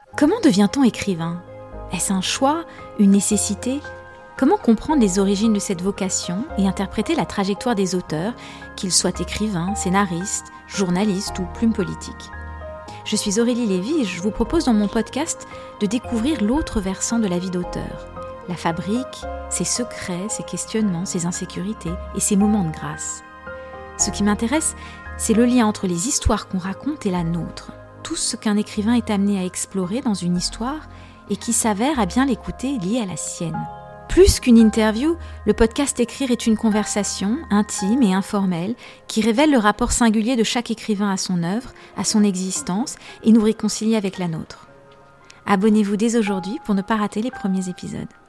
Comment devient-on écrivain ? Est-ce un choix, une nécessité ? Comment comprendre les origines de cette vocation et interpréter la trajectoire des auteurs, qu'ils soient écrivains, scénaristes, journalistes ou plumes politiques ? Je suis Aurélie Lévy et je vous propose dans mon podcast de découvrir l'autre versant de la vie d'auteur. La fabrique, ses secrets, ses questionnements, ses insécurités et ses moments de grâce. Ce qui m'intéresse, c'est le lien entre les histoires qu'on raconte et la nôtre. Tout ce qu'un écrivain est amené à explorer dans une histoire et qui s'avère, à bien l'écouter, lié à la sienne. Plus qu'une interview, le podcast Écrire est une conversation intime et informelle qui révèle le rapport singulier de chaque écrivain à son œuvre, à son existence et nous réconcilie avec la nôtre. Abonnez-vous dès aujourd'hui pour ne pas rater les premiers épisodes.